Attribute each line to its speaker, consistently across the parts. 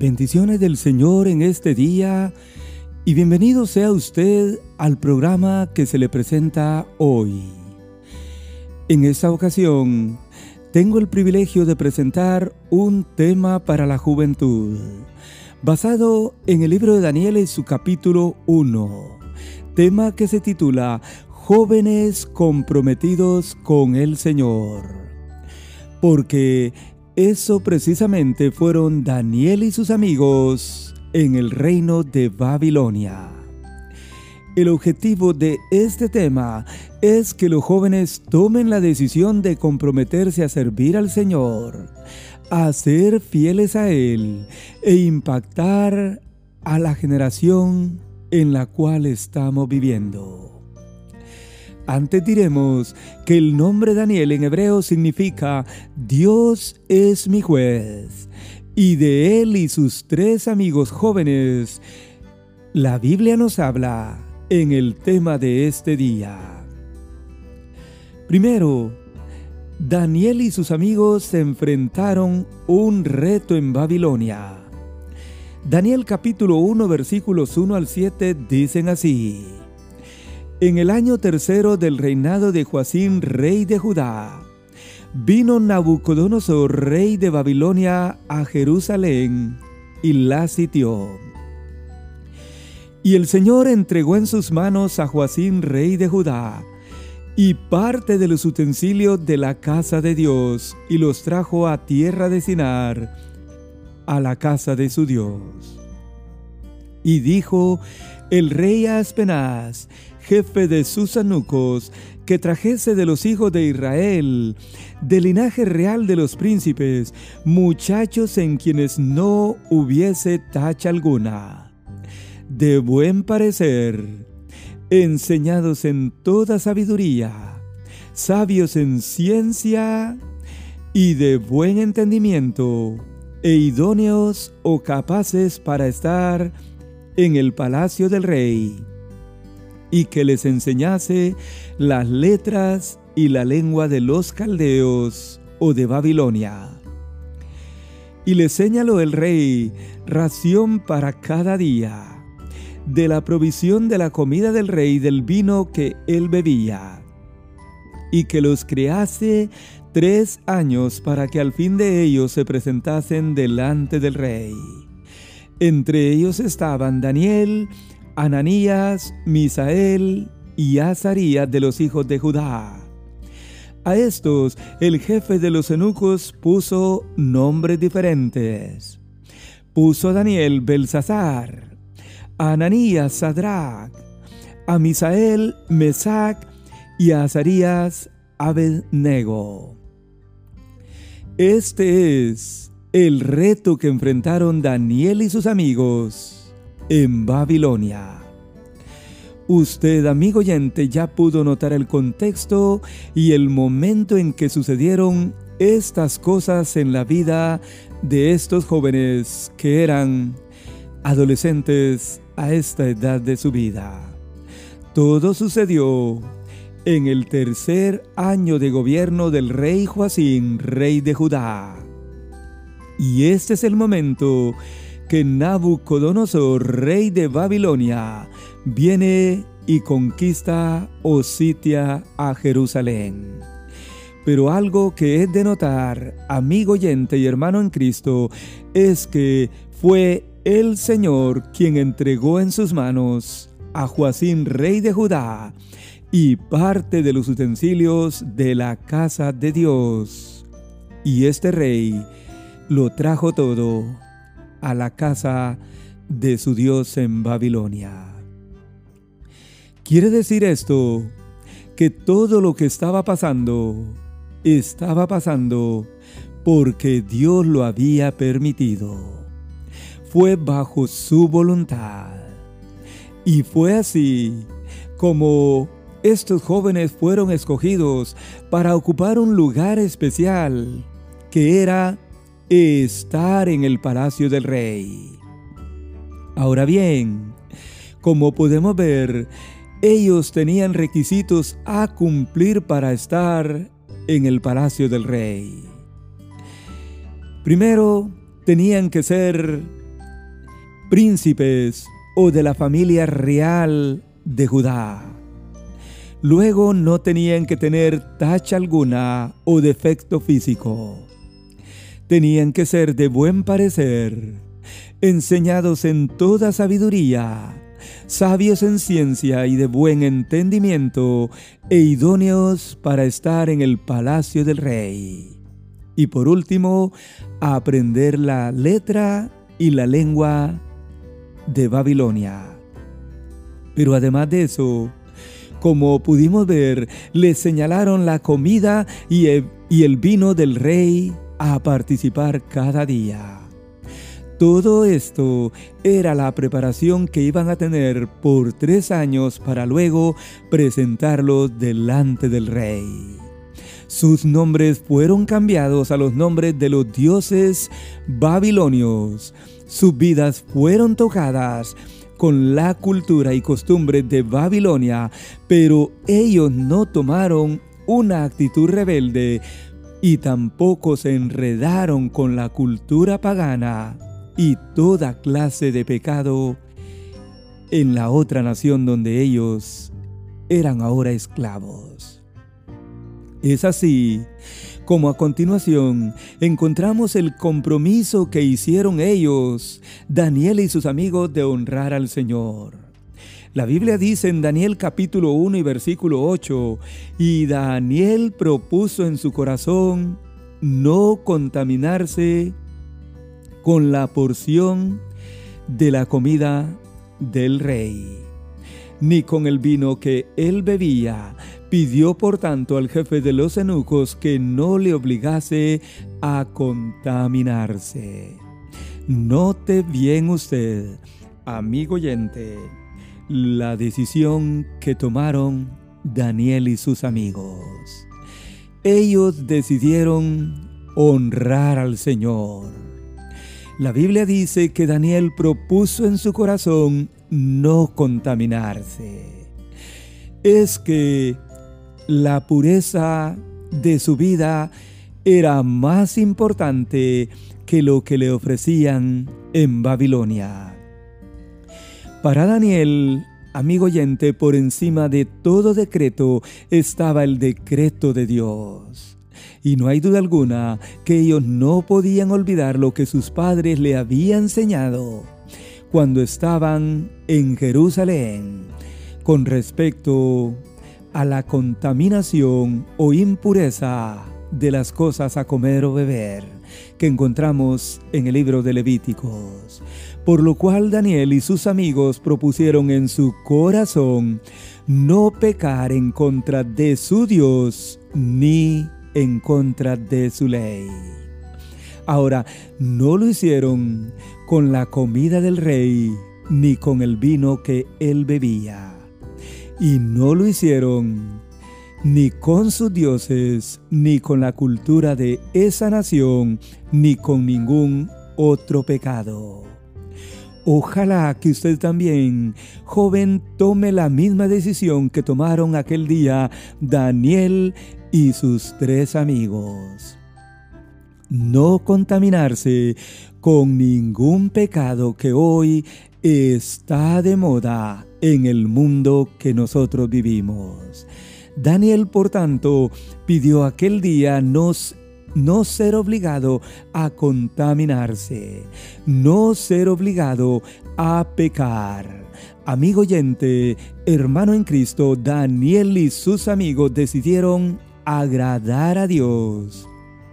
Speaker 1: Bendiciones del Señor en este día y bienvenido sea usted al programa que se le presenta hoy. En esta ocasión tengo el privilegio de presentar un tema para la juventud, basado en el libro de Daniel en su capítulo 1, tema que se titula Jóvenes comprometidos con el Señor, porque eso precisamente fueron Daniel y sus amigos en el reino de Babilonia. El objetivo de este tema es que los jóvenes tomen la decisión de comprometerse a servir al Señor, a ser fieles a Él e impactar a la generación en la cual estamos viviendo. Antes diremos que el nombre Daniel en hebreo significa Dios es mi juez, y de él y sus 3 amigos jóvenes, la Biblia nos habla en el tema de este día. Primero, Daniel y sus amigos se enfrentaron un reto en Babilonia. Daniel capítulo 1 versículos 1 al 7 dicen así: En el año 3 del reinado de Joacim, rey de Judá, vino Nabucodonosor, rey de Babilonia, a Jerusalén y la sitió. Y el Señor entregó en sus manos a Joacim, rey de Judá, y parte de los utensilios de la casa de Dios, y los trajo a tierra de Sinar, a la casa de su Dios. Y dijo el rey a Aspenaz, jefe de sus eunucos, que trajese de los hijos de Israel, del linaje real de los príncipes, muchachos en quienes no hubiese tacha alguna, de buen parecer, enseñados en toda sabiduría, sabios en ciencia y de buen entendimiento, e idóneos o capaces para estar en el palacio del rey, y que les enseñase las letras y la lengua de los caldeos o de Babilonia. Y les señaló el rey ración para cada día, de la provisión de la comida del rey, del vino que él bebía, y que los criase 3 años para que al fin de ellos se presentasen delante del rey. Entre ellos estaban Daniel, Ananías, Misael y Azarías de los hijos de Judá. A estos el jefe de los eunucos puso nombres diferentes. Puso a Daniel Belsasar, a Ananías Sadrac, a Misael Mesac y a Azarías Abednego. Este es el reto que enfrentaron Daniel y sus amigos en Babilonia. Usted, amigo oyente, ya pudo notar el contexto y el momento en que sucedieron estas cosas en la vida de estos jóvenes que eran adolescentes a esta edad de su vida. Todo sucedió en el 3er año de gobierno del rey Joacim, rey de Judá. Y este es el momento que Nabucodonosor, rey de Babilonia, viene y conquista o sitia a Jerusalén. Pero algo que es de notar, amigo oyente y hermano en Cristo, es que fue el Señor quien entregó en sus manos a Joacim, rey de Judá, y parte de los utensilios de la casa de Dios. Y este rey lo trajo todo a la casa de su Dios en Babilonia. ¿Quiere decir esto que todo lo que estaba pasando porque Dios lo había permitido? Fue bajo su voluntad. Y fue así como estos jóvenes fueron escogidos para ocupar un lugar especial, que era estar en el palacio del rey. Ahora bien, como podemos ver, ellos tenían requisitos a cumplir para estar en el palacio del rey. Primero, tenían que ser príncipes o de la familia real de Judá. Luego no tenían que tener tacha alguna o defecto físico. Tenían que ser de buen parecer, enseñados en toda sabiduría, sabios en ciencia y de buen entendimiento, e idóneos para estar en el palacio del rey. Y por último, aprender la letra y la lengua de Babilonia. Pero además de eso, como pudimos ver, les señalaron la comida y el vino del rey a participar cada día. Todo esto era la preparación que iban a tener por 3 años para luego presentarlos delante del rey. Sus nombres fueron cambiados a los nombres de los dioses babilonios. Sus vidas fueron tocadas con la cultura y costumbres de Babilonia, pero ellos no tomaron una actitud rebelde y tampoco se enredaron con la cultura pagana y toda clase de pecado en la otra nación donde ellos eran ahora esclavos. Es así como a continuación encontramos el compromiso que hicieron ellos, Daniel y sus amigos, de honrar al Señor. La Biblia dice en Daniel capítulo 1 y versículo 8, y Daniel propuso en su corazón no contaminarse con la porción de la comida del rey, ni con el vino que él bebía. Pidió por tanto al jefe de los eunucos que no le obligase a contaminarse. Note bien usted, amigo oyente, la decisión que tomaron Daniel y sus amigos. Ellos decidieron honrar al Señor. La Biblia dice que Daniel propuso en su corazón no contaminarse. Es que la pureza de su vida era más importante que lo que le ofrecían en Babilonia. Para Daniel, amigo oyente, por encima de todo decreto estaba el decreto de Dios. Y no hay duda alguna que ellos no podían olvidar lo que sus padres le habían enseñado cuando estaban en Jerusalén con respecto a la contaminación o impureza de las cosas a comer o beber que encontramos en el libro de Levíticos. Por lo cual Daniel y sus amigos propusieron en su corazón no pecar en contra de su Dios ni en contra de su ley. Ahora, no lo hicieron con la comida del rey ni con el vino que él bebía. Y no lo hicieron ni con sus dioses, ni con la cultura de esa nación, ni con ningún otro pecado. Ojalá que usted también, joven, tome la misma decisión que tomaron aquel día Daniel y sus 3 amigos. No contaminarse con ningún pecado que hoy está de moda en el mundo que nosotros vivimos. Daniel, por tanto, pidió aquel día no ser obligado a contaminarse, no ser obligado a pecar. Amigo oyente, hermano en Cristo, Daniel y sus amigos decidieron agradar a Dios,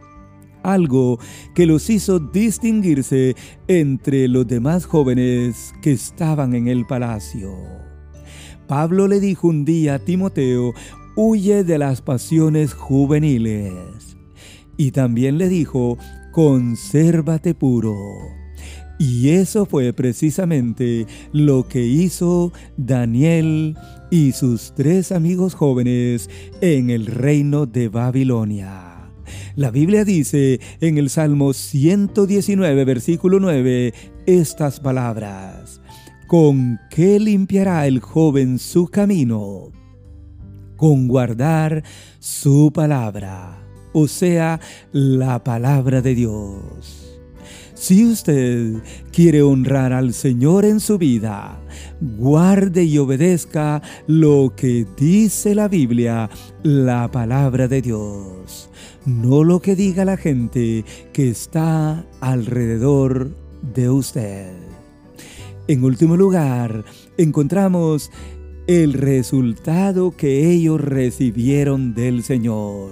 Speaker 1: algo que los hizo distinguirse entre los demás jóvenes que estaban en el palacio. Pablo le dijo un día a Timoteo: huye de las pasiones juveniles. Y también le dijo: consérvate puro. Y eso fue precisamente lo que hizo Daniel y sus 3 amigos jóvenes en el reino de Babilonia. La Biblia dice en el Salmo 119, versículo 9, estas palabras: ¿con qué limpiará el joven su camino? Con guardar su palabra, o sea, la palabra de Dios. Si usted quiere honrar al Señor en su vida, guarde y obedezca lo que dice la Biblia, la palabra de Dios, no lo que diga la gente que está alrededor de usted. En último lugar, encontramos el resultado que ellos recibieron del Señor.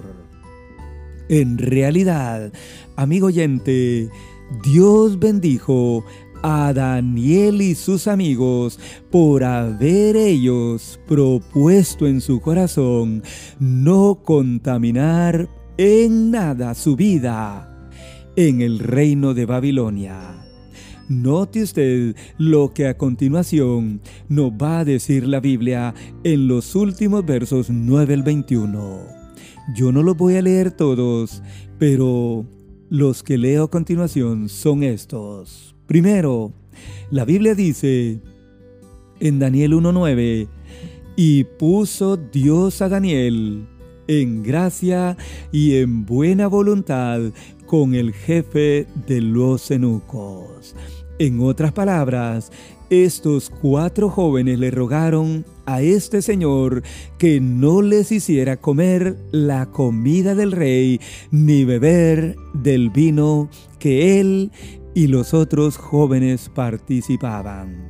Speaker 1: En realidad, amigo oyente, Dios bendijo a Daniel y sus amigos por haber ellos propuesto en su corazón no contaminar en nada su vida en el reino de Babilonia. Note usted lo que a continuación nos va a decir la Biblia en los últimos versos 9 al 21. Yo no los voy a leer todos, pero los que leo a continuación son estos. Primero, la Biblia dice en Daniel 1:9, y puso Dios a Daniel en gracia y en buena voluntad con el jefe de los eunucos. En otras palabras, estos 4 jóvenes le rogaron a este señor que no les hiciera comer la comida del rey ni beber del vino que él y los otros jóvenes participaban.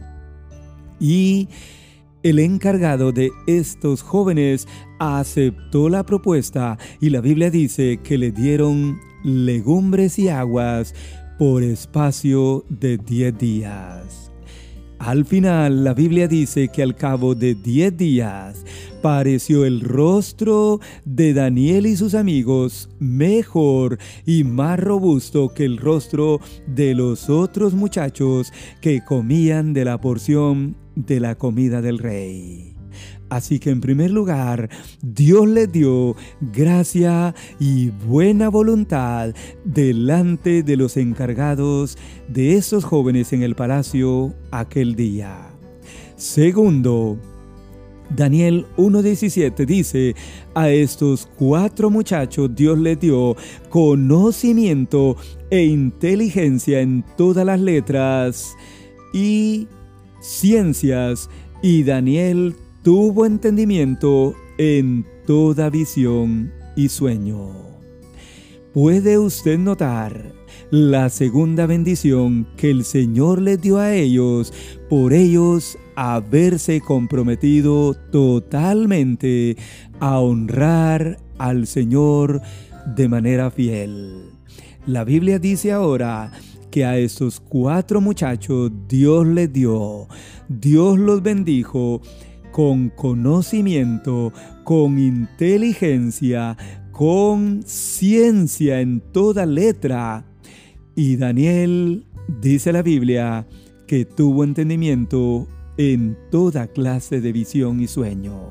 Speaker 1: Y el encargado de estos jóvenes aceptó la propuesta y la Biblia dice que le dieron legumbres y aguas por espacio de 10 días. Al final, la Biblia dice que al cabo de 10 días pareció el rostro de Daniel y sus amigos mejor y más robusto que el rostro de los otros muchachos que comían de la porción de la comida del rey. Así que en primer lugar, Dios les dio gracia y buena voluntad delante de los encargados de esos jóvenes en el palacio aquel día. Segundo, Daniel 1:17 dice, a estos 4 muchachos Dios les dio conocimiento e inteligencia en todas las letras y ciencias, y Daniel tuvo entendimiento en toda visión y sueño. ¿Puede usted notar la segunda bendición que el Señor les dio a ellos por ellos haberse comprometido totalmente a honrar al Señor de manera fiel? La Biblia dice ahora que a estos 4 muchachos Dios los bendijo con conocimiento, con inteligencia, con ciencia en toda letra. Y Daniel, dice la Biblia, que tuvo entendimiento en toda clase de visión y sueño.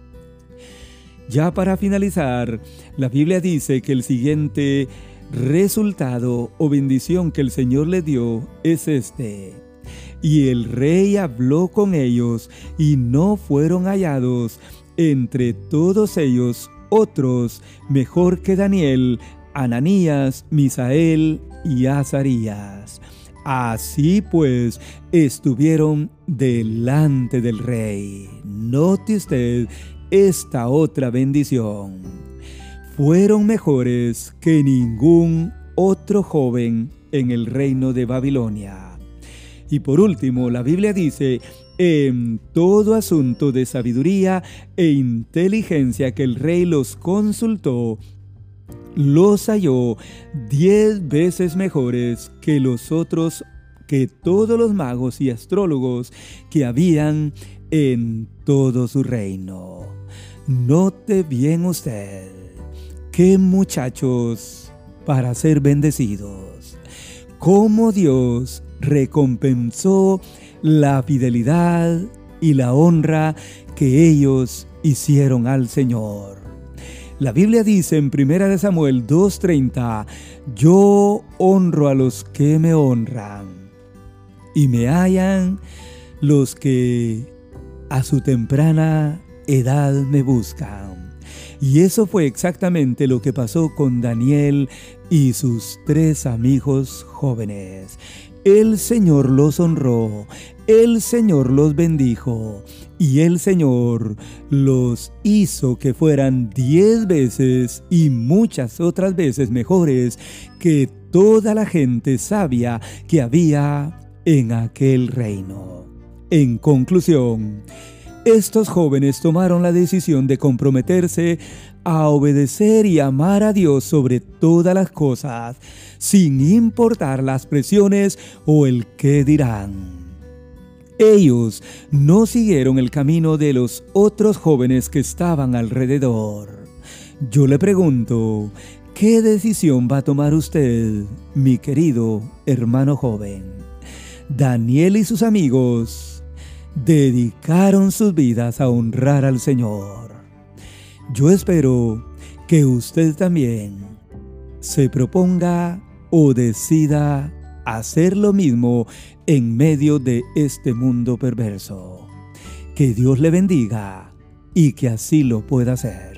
Speaker 1: Ya para finalizar, la Biblia dice que el siguiente resultado o bendición que el Señor le dio es este. Y el rey habló con ellos, y no fueron hallados entre todos ellos otros mejor que Daniel, Ananías, Misael y Azarías. Así pues, estuvieron delante del rey. Note usted esta otra bendición. Fueron mejores que ningún otro joven en el reino de Babilonia. Y por último, la Biblia dice, en todo asunto de sabiduría e inteligencia que el rey los consultó, los halló 10 veces mejores que los otros, que todos los magos y astrólogos que habían en todo su reino. Note bien usted, qué muchachos para ser bendecidos. Cómo Dios recompensó la fidelidad y la honra que ellos hicieron al Señor. La Biblia dice en 1 Samuel 2:30, yo honro a los que me honran, y me hallan los que a su temprana edad me buscan. Y eso fue exactamente lo que pasó con Daniel y sus 3 amigos jóvenes. El Señor los honró, el Señor los bendijo y el Señor los hizo que fueran 10 veces y muchas otras veces mejores que toda la gente sabia que había en aquel reino. En conclusión, estos jóvenes tomaron la decisión de comprometerse a obedecer y amar a Dios sobre todas las cosas, sin importar las presiones o el qué dirán. Ellos no siguieron el camino de los otros jóvenes que estaban alrededor. Yo le pregunto, ¿qué decisión va a tomar usted, mi querido hermano joven? Daniel y sus amigos dedicaron sus vidas a honrar al Señor. Yo espero que usted también se proponga o decida hacer lo mismo en medio de este mundo perverso. Que Dios le bendiga y que así lo pueda hacer.